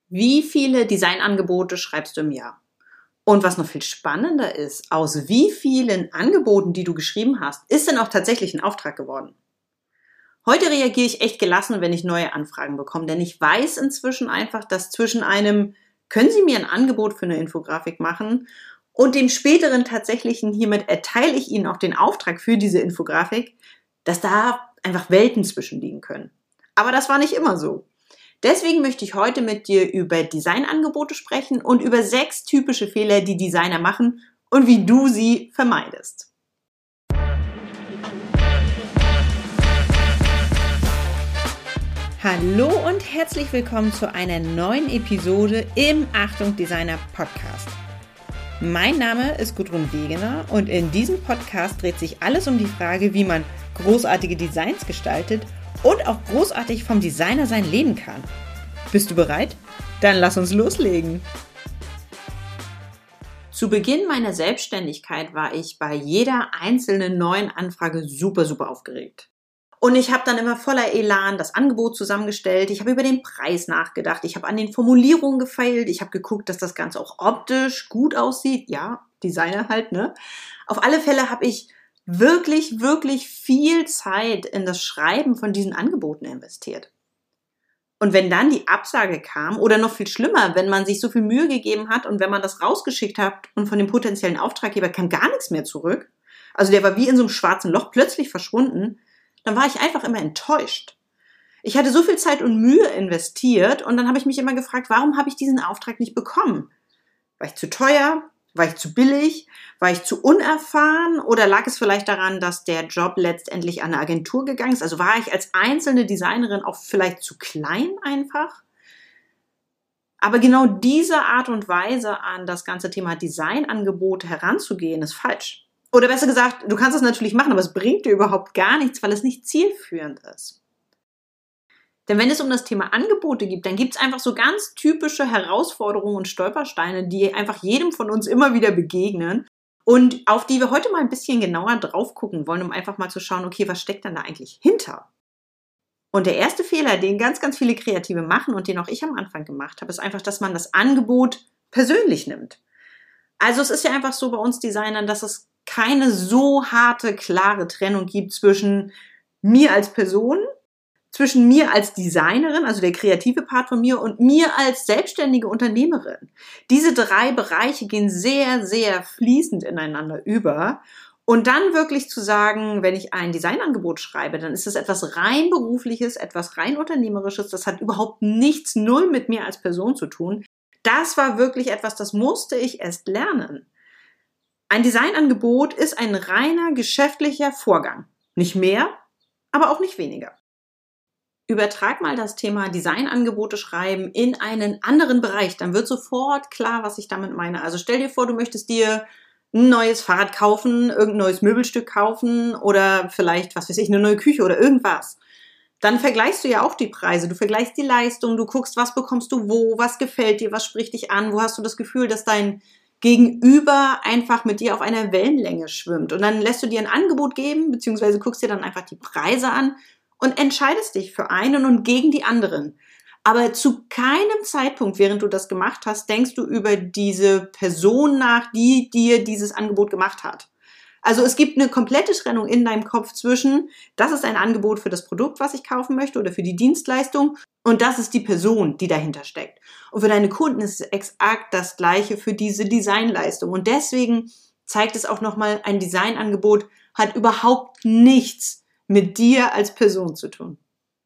Wie viele Designangebote schreibst du im Jahr? Und was noch viel spannender ist, aus wie vielen Angeboten, die du geschrieben hast, ist denn auch tatsächlich ein Auftrag geworden? Heute reagiere ich echt gelassen, wenn ich neue Anfragen bekomme, denn ich weiß inzwischen einfach, dass zwischen einem, können Sie mir ein Angebot für eine Infografik machen, und dem späteren tatsächlichen, hiermit erteile ich Ihnen auch den Auftrag für diese Infografik, dass da einfach Welten zwischenliegen können. Aber das war nicht immer so. Deswegen möchte ich heute mit dir über Designangebote sprechen und über 6 typische Fehler, die Designer machen und wie du sie vermeidest. Hallo und herzlich willkommen zu einer neuen Episode im Achtung Designer Podcast. Mein Name ist Gudrun Wegener und in diesem Podcast dreht sich alles um die Frage, wie man großartige Designs gestaltet und auch großartig vom Designersein leben kann. Bist du bereit? Dann lass uns loslegen. Zu Beginn meiner Selbstständigkeit war ich bei jeder einzelnen neuen Anfrage super aufgeregt. Und ich habe dann immer voller Elan das Angebot zusammengestellt. Ich habe über den Preis nachgedacht. Ich habe an den Formulierungen gefeilt. Ich habe geguckt, dass das Ganze auch optisch gut aussieht. Ja, Designer halt, ne? Auf alle Fälle habe ich wirklich viel Zeit in das Schreiben von diesen Angeboten investiert. Und wenn dann die Absage kam, oder noch viel schlimmer, wenn man sich so viel Mühe gegeben hat und wenn man das rausgeschickt hat und von dem potenziellen Auftraggeber kam gar nichts mehr zurück, also der war wie in so einem schwarzen Loch plötzlich verschwunden, dann war ich einfach immer enttäuscht. Ich hatte so viel Zeit und Mühe investiert und dann habe ich mich immer gefragt, warum habe ich diesen Auftrag nicht bekommen? War ich zu teuer? War ich zu billig? War ich zu unerfahren? Oder lag es vielleicht daran, dass der Job letztendlich an eine Agentur gegangen ist? Also war ich als einzelne Designerin auch vielleicht zu klein einfach? Aber genau diese Art und Weise, an das ganze Thema Designangebote heranzugehen, ist falsch. Oder besser gesagt, du kannst es natürlich machen, aber es bringt dir überhaupt gar nichts, weil es nicht zielführend ist. Denn wenn es um das Thema Angebote geht, dann gibt es einfach so ganz typische Herausforderungen und Stolpersteine, die einfach jedem von uns immer wieder begegnen und auf die wir heute mal ein bisschen genauer drauf gucken wollen, um einfach mal zu schauen, okay, was steckt denn da eigentlich hinter? Und der erste Fehler, den ganz viele Kreative machen und den auch ich am Anfang gemacht habe, ist einfach, dass man das Angebot persönlich nimmt. Also es ist ja einfach so bei uns Designern, dass es keine so harte, klare Trennung gibt zwischen mir als Person, zwischen mir als Designerin, also der kreative Part von mir, und mir als selbstständige Unternehmerin. Diese 3 Bereiche gehen sehr fließend ineinander über. Und dann wirklich zu sagen, wenn ich ein Designangebot schreibe, dann ist es etwas rein berufliches, etwas rein unternehmerisches. Das hat überhaupt nichts, null mit mir als Person zu tun. Das war wirklich etwas, das musste ich erst lernen. Ein Designangebot ist ein reiner geschäftlicher Vorgang. Nicht mehr, aber auch nicht weniger. Übertrag mal das Thema Designangebote schreiben in einen anderen Bereich, dann wird sofort klar, was ich damit meine. Also stell dir vor, du möchtest dir ein neues Fahrrad kaufen, irgendein neues Möbelstück kaufen oder vielleicht, was weiß ich, eine neue Küche oder irgendwas. Dann vergleichst du ja auch die Preise, du vergleichst die Leistung, du guckst, was bekommst du wo, was gefällt dir, was spricht dich an, wo hast du das Gefühl, dass dein Gegenüber einfach mit dir auf einer Wellenlänge schwimmt. Und dann lässt du dir ein Angebot geben, beziehungsweise guckst dir dann einfach die Preise an und entscheidest dich für einen und gegen die anderen. Aber zu keinem Zeitpunkt, während du das gemacht hast, denkst du über diese Person nach, die dir dieses Angebot gemacht hat. Also es gibt eine komplette Trennung in deinem Kopf zwischen, das ist ein Angebot für das Produkt, was ich kaufen möchte oder für die Dienstleistung, und das ist die Person, die dahinter steckt. Und für deine Kunden ist es exakt das Gleiche für diese Designleistung. Und deswegen zeigt es auch nochmal, ein Designangebot hat überhaupt nichts mit dir als Person zu tun.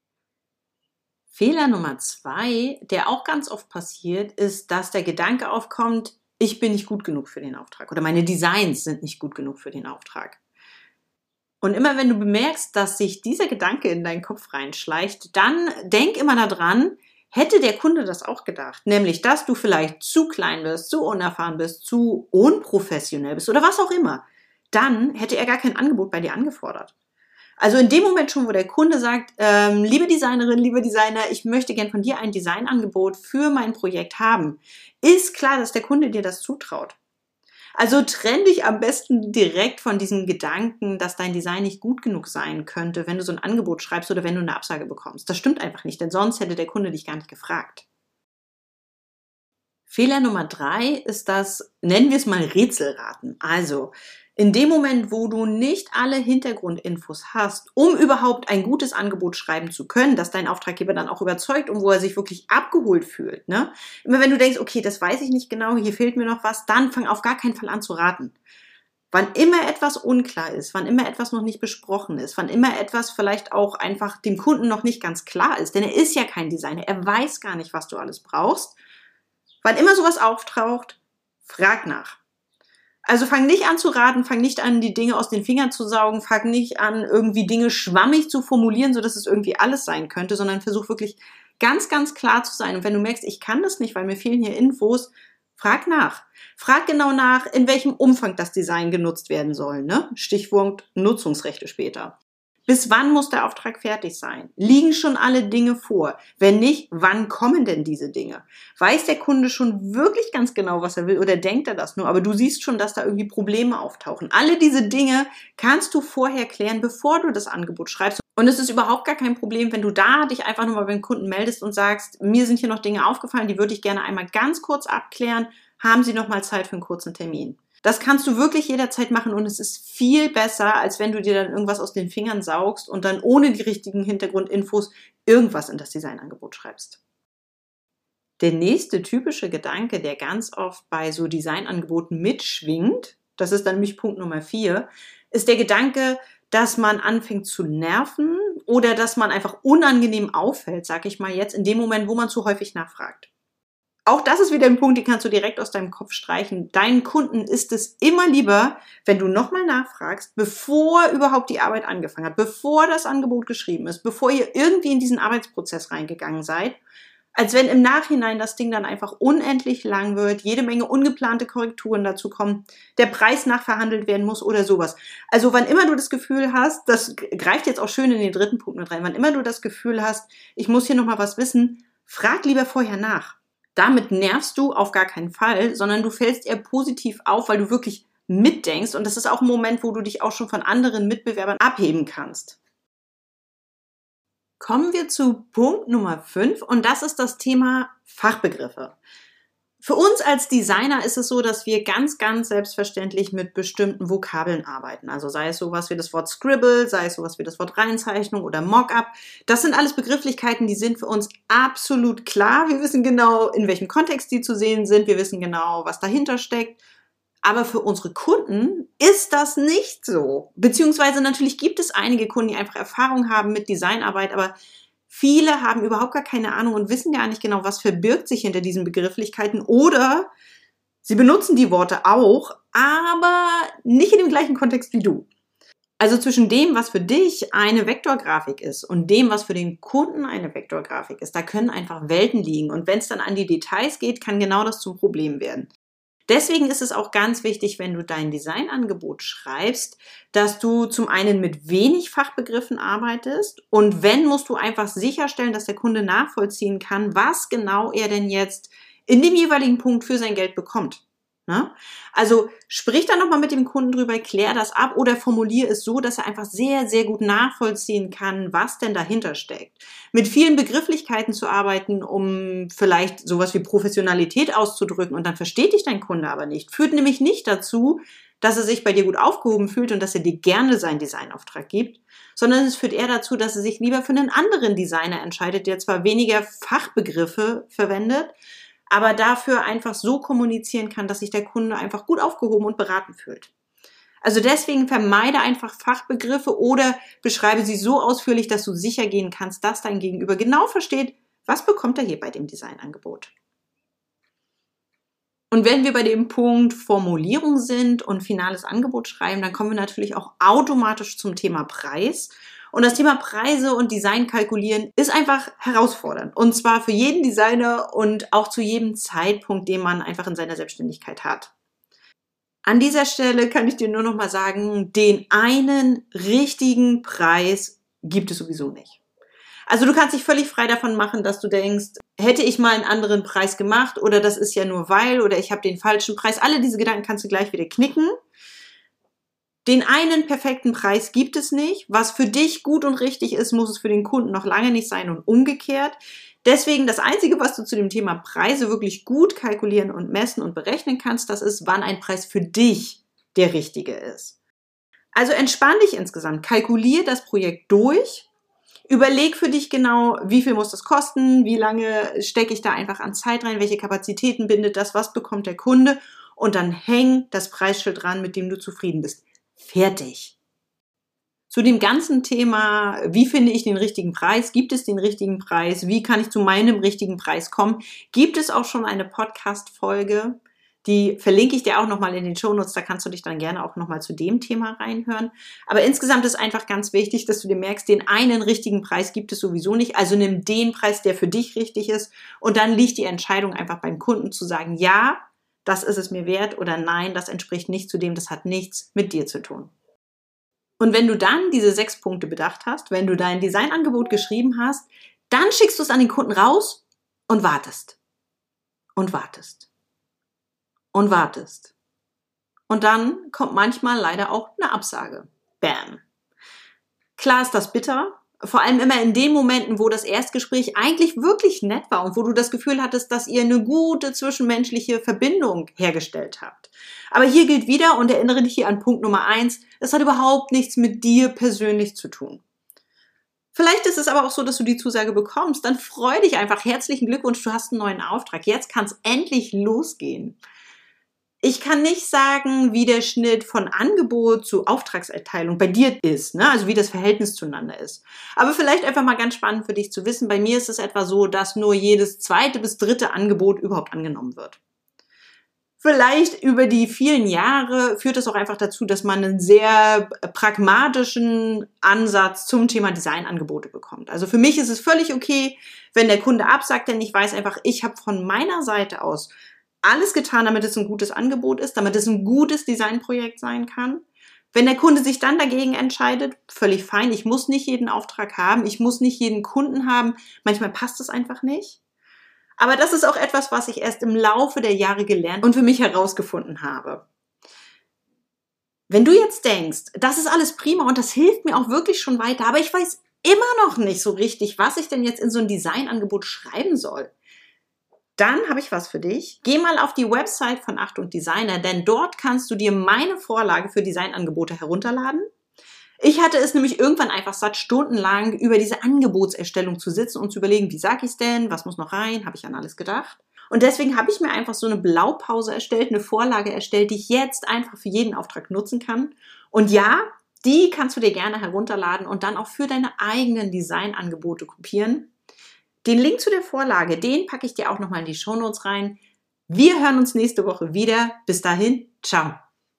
Fehler Nummer 2, der auch ganz oft passiert, ist, dass der Gedanke aufkommt, ich bin nicht gut genug für den Auftrag oder meine Designs sind nicht gut genug für den Auftrag. Und immer wenn du bemerkst, dass sich dieser Gedanke in deinen Kopf reinschleicht, dann denk immer daran, hätte der Kunde das auch gedacht, nämlich, dass du vielleicht zu klein bist, zu unerfahren bist, zu unprofessionell bist oder was auch immer, dann hätte er gar kein Angebot bei dir angefordert. Also in dem Moment schon, wo der Kunde sagt, liebe Designerin, lieber Designer, ich möchte gern von dir ein Designangebot für mein Projekt haben, ist klar, dass der Kunde dir das zutraut. Also trenn dich am besten direkt von diesem Gedanken, dass dein Design nicht gut genug sein könnte, wenn du so ein Angebot schreibst oder wenn du eine Absage bekommst. Das stimmt einfach nicht, denn sonst hätte der Kunde dich gar nicht gefragt. Fehler Nummer 3 ist das, nennen wir es mal Rätselraten. Also, in dem Moment, wo du nicht alle Hintergrundinfos hast, um überhaupt ein gutes Angebot schreiben zu können, dass dein Auftraggeber dann auch überzeugt und wo er sich wirklich abgeholt fühlt, ne? Immer wenn du denkst, okay, das weiß ich nicht genau, hier fehlt mir noch was, dann fang auf gar keinen Fall an zu raten. Wann immer etwas unklar ist, wann immer etwas noch nicht besprochen ist, wann immer etwas vielleicht auch einfach dem Kunden noch nicht ganz klar ist, denn er ist ja kein Designer, er weiß gar nicht, was du alles brauchst. Wann immer sowas auftaucht, frag nach. Also fang nicht an zu raten, fang nicht an, die Dinge aus den Fingern zu saugen, fang nicht an, irgendwie Dinge schwammig zu formulieren, sodass es irgendwie alles sein könnte, sondern versuch wirklich ganz, ganz klar zu sein. Und wenn du merkst, ich kann das nicht, weil mir fehlen hier Infos, frag nach. Frag genau nach, in welchem Umfang das Design genutzt werden soll, ne? Stichwort Nutzungsrechte später. Bis wann muss der Auftrag fertig sein? Liegen schon alle Dinge vor? Wenn nicht, wann kommen denn diese Dinge? Weiß der Kunde schon wirklich ganz genau, was er will oder denkt er das nur? Aber du siehst schon, dass da irgendwie Probleme auftauchen. Alle diese Dinge kannst du vorher klären, bevor du das Angebot schreibst. Und es ist überhaupt gar kein Problem, wenn du da dich einfach nur mal beim Kunden meldest und sagst, mir sind hier noch Dinge aufgefallen, die würde ich gerne einmal ganz kurz abklären. Haben Sie noch mal Zeit für einen kurzen Termin? Das kannst du wirklich jederzeit machen und es ist viel besser, als wenn du dir dann irgendwas aus den Fingern saugst und dann ohne die richtigen Hintergrundinfos irgendwas in das Designangebot schreibst. Der nächste typische Gedanke, der ganz oft bei so Designangeboten mitschwingt, das ist dann nämlich Punkt Nummer 4, ist der Gedanke, dass man anfängt zu nerven oder dass man einfach unangenehm auffällt, sag ich mal jetzt, in dem Moment, wo man zu häufig nachfragt. Auch das ist wieder ein Punkt, den kannst du direkt aus deinem Kopf streichen. Deinen Kunden ist es immer lieber, wenn du nochmal nachfragst, bevor überhaupt die Arbeit angefangen hat, bevor das Angebot geschrieben ist, bevor ihr irgendwie in diesen Arbeitsprozess reingegangen seid, als wenn im Nachhinein das Ding dann einfach unendlich lang wird, jede Menge ungeplante Korrekturen dazu kommen, der Preis nachverhandelt werden muss oder sowas. Also wann immer du das Gefühl hast, das greift jetzt auch schön in den 3. Punkt mit rein, wann immer du das Gefühl hast, ich muss hier nochmal was wissen, frag lieber vorher nach. Damit nervst du auf gar keinen Fall, sondern du fällst eher positiv auf, weil du wirklich mitdenkst und das ist auch ein Moment, wo du dich auch schon von anderen Mitbewerbern abheben kannst. Kommen wir zu Punkt Nummer 5 und das ist das Thema Fachbegriffe. Für uns als Designer ist es so, dass wir ganz, ganz selbstverständlich mit bestimmten Vokabeln arbeiten. Also sei es sowas wie das Wort Scribble, sei es sowas wie das Wort Reinzeichnung oder Mockup. Das sind alles Begrifflichkeiten, die sind für uns absolut klar. Wir wissen genau, in welchem Kontext die zu sehen sind. Wir wissen genau, was dahinter steckt. Aber für unsere Kunden ist das nicht so. Beziehungsweise natürlich gibt es einige Kunden, die einfach Erfahrung haben mit Designarbeit, aber viele haben überhaupt gar keine Ahnung und wissen gar nicht genau, was verbirgt sich hinter diesen Begrifflichkeiten oder sie benutzen die Worte auch, aber nicht in dem gleichen Kontext wie du. Also zwischen dem, was für dich eine Vektorgrafik ist und dem, was für den Kunden eine Vektorgrafik ist, da können einfach Welten liegen. Und wenn es dann an die Details geht, kann genau das zum Problem werden. Deswegen ist es auch ganz wichtig, wenn du dein Designangebot schreibst, dass du zum einen mit wenig Fachbegriffen arbeitest und wenn, musst du einfach sicherstellen, dass der Kunde nachvollziehen kann, was genau er denn jetzt in dem jeweiligen Punkt für sein Geld bekommt. Ne? Also sprich da nochmal mit dem Kunden drüber, klär das ab oder formulier es so, dass er einfach sehr, sehr gut nachvollziehen kann, was denn dahinter steckt. Mit vielen Begrifflichkeiten zu arbeiten, um vielleicht sowas wie Professionalität auszudrücken und dann versteht dich dein Kunde aber nicht, führt nämlich nicht dazu, dass er sich bei dir gut aufgehoben fühlt und dass er dir gerne seinen Designauftrag gibt, sondern es führt eher dazu, dass er sich lieber für einen anderen Designer entscheidet, der zwar weniger Fachbegriffe verwendet, aber dafür einfach so kommunizieren kann, dass sich der Kunde einfach gut aufgehoben und beraten fühlt. Also deswegen vermeide einfach Fachbegriffe oder beschreibe sie so ausführlich, dass du sicher gehen kannst, dass dein Gegenüber genau versteht, was bekommt er hier bei dem Designangebot. Und wenn wir bei dem Punkt Formulierung sind und finales Angebot schreiben, dann kommen wir natürlich auch automatisch zum Thema Preis. Und das Thema Preise und Design kalkulieren ist einfach herausfordernd. Und zwar für jeden Designer und auch zu jedem Zeitpunkt, den man einfach in seiner Selbstständigkeit hat. An dieser Stelle kann ich dir nur noch mal sagen, den einen richtigen Preis gibt es sowieso nicht. Also du kannst dich völlig frei davon machen, dass du denkst, hätte ich mal einen anderen Preis gemacht oder das ist ja nur weil oder ich habe den falschen Preis. Alle diese Gedanken kannst du gleich wieder knicken. Den einen perfekten Preis gibt es nicht. Was für dich gut und richtig ist, muss es für den Kunden noch lange nicht sein und umgekehrt. Deswegen das Einzige, was du zu dem Thema Preise wirklich gut kalkulieren und messen und berechnen kannst, das ist, wann ein Preis für dich der richtige ist. Also entspann dich insgesamt, kalkulier das Projekt durch, überleg für dich genau, wie viel muss das kosten, wie lange stecke ich da einfach an Zeit rein, welche Kapazitäten bindet das, was bekommt der Kunde und dann häng das Preisschild dran, mit dem du zufrieden bist. Fertig. Zu dem ganzen Thema, wie finde ich den richtigen Preis, gibt es den richtigen Preis, wie kann ich zu meinem richtigen Preis kommen, gibt es auch schon eine Podcast-Folge, die verlinke ich dir auch nochmal in den Shownotes, da kannst du dich dann gerne auch nochmal zu dem Thema reinhören. Aber insgesamt ist einfach ganz wichtig, dass du dir merkst, den einen richtigen Preis gibt es sowieso nicht, also nimm den Preis, der für dich richtig ist und dann liegt die Entscheidung einfach beim Kunden zu sagen, ja, das ist es mir wert oder nein, das entspricht nicht zu dem, das hat nichts mit dir zu tun. Und wenn du dann diese 6 Punkte bedacht hast, wenn du dein Designangebot geschrieben hast, dann schickst du es an den Kunden raus und wartest. Und wartest. Und wartest. Und dann kommt manchmal leider auch eine Absage. Bam. Klar ist das bitter. Vor allem immer in den Momenten, wo das Erstgespräch eigentlich wirklich nett war und wo du das Gefühl hattest, dass ihr eine gute zwischenmenschliche Verbindung hergestellt habt. Aber hier gilt wieder und erinnere dich hier an Punkt Nummer 1, es hat überhaupt nichts mit dir persönlich zu tun. Vielleicht ist es aber auch so, dass du die Zusage bekommst, dann freu dich einfach, herzlichen Glückwunsch, du hast einen neuen Auftrag, jetzt kann es endlich losgehen. Ich kann nicht sagen, wie der Schnitt von Angebot zu Auftragserteilung bei dir ist, ne? Also wie das Verhältnis zueinander ist. Aber vielleicht einfach mal ganz spannend für dich zu wissen, bei mir ist es etwa so, dass nur jedes 2. bis 3. Angebot überhaupt angenommen wird. Vielleicht über die vielen Jahre führt es auch einfach dazu, dass man einen sehr pragmatischen Ansatz zum Thema Designangebote bekommt. Also für mich ist es völlig okay, wenn der Kunde absagt, denn ich weiß einfach, ich habe von meiner Seite aus alles getan, damit es ein gutes Angebot ist, damit es ein gutes Designprojekt sein kann. Wenn der Kunde sich dann dagegen entscheidet, völlig fein, ich muss nicht jeden Auftrag haben, ich muss nicht jeden Kunden haben, manchmal passt es einfach nicht. Aber das ist auch etwas, was ich erst im Laufe der Jahre gelernt und für mich herausgefunden habe. Wenn du jetzt denkst, das ist alles prima und das hilft mir auch wirklich schon weiter, aber ich weiß immer noch nicht so richtig, was ich denn jetzt in so ein Designangebot schreiben soll, dann habe ich was für dich. Geh mal auf die Website von Achtung Designer, denn dort kannst du dir meine Vorlage für Designangebote herunterladen. Ich hatte es nämlich irgendwann einfach satt, stundenlang über diese Angebotserstellung zu sitzen und zu überlegen, wie sage ich es denn, was muss noch rein, habe ich an alles gedacht. Und deswegen habe ich mir einfach so eine Blaupause erstellt, eine Vorlage erstellt, die ich jetzt einfach für jeden Auftrag nutzen kann. Und ja, die kannst du dir gerne herunterladen und dann auch für deine eigenen Designangebote kopieren. Den Link zu der Vorlage, den packe ich dir auch nochmal in die Shownotes rein. Wir hören uns nächste Woche wieder. Bis dahin, ciao.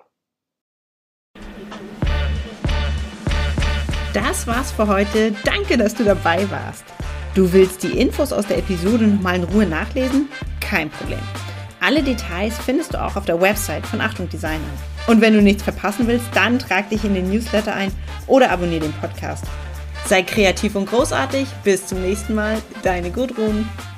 Das war's für heute. Danke, dass du dabei warst. Du willst die Infos aus der Episode nochmal in Ruhe nachlesen? Kein Problem. Alle Details findest du auch auf der Website von Achtung Designer. Und wenn du nichts verpassen willst, dann trag dich in den Newsletter ein oder abonniere den Podcast. Sei kreativ und großartig. Bis zum nächsten Mal. Deine Gudrun.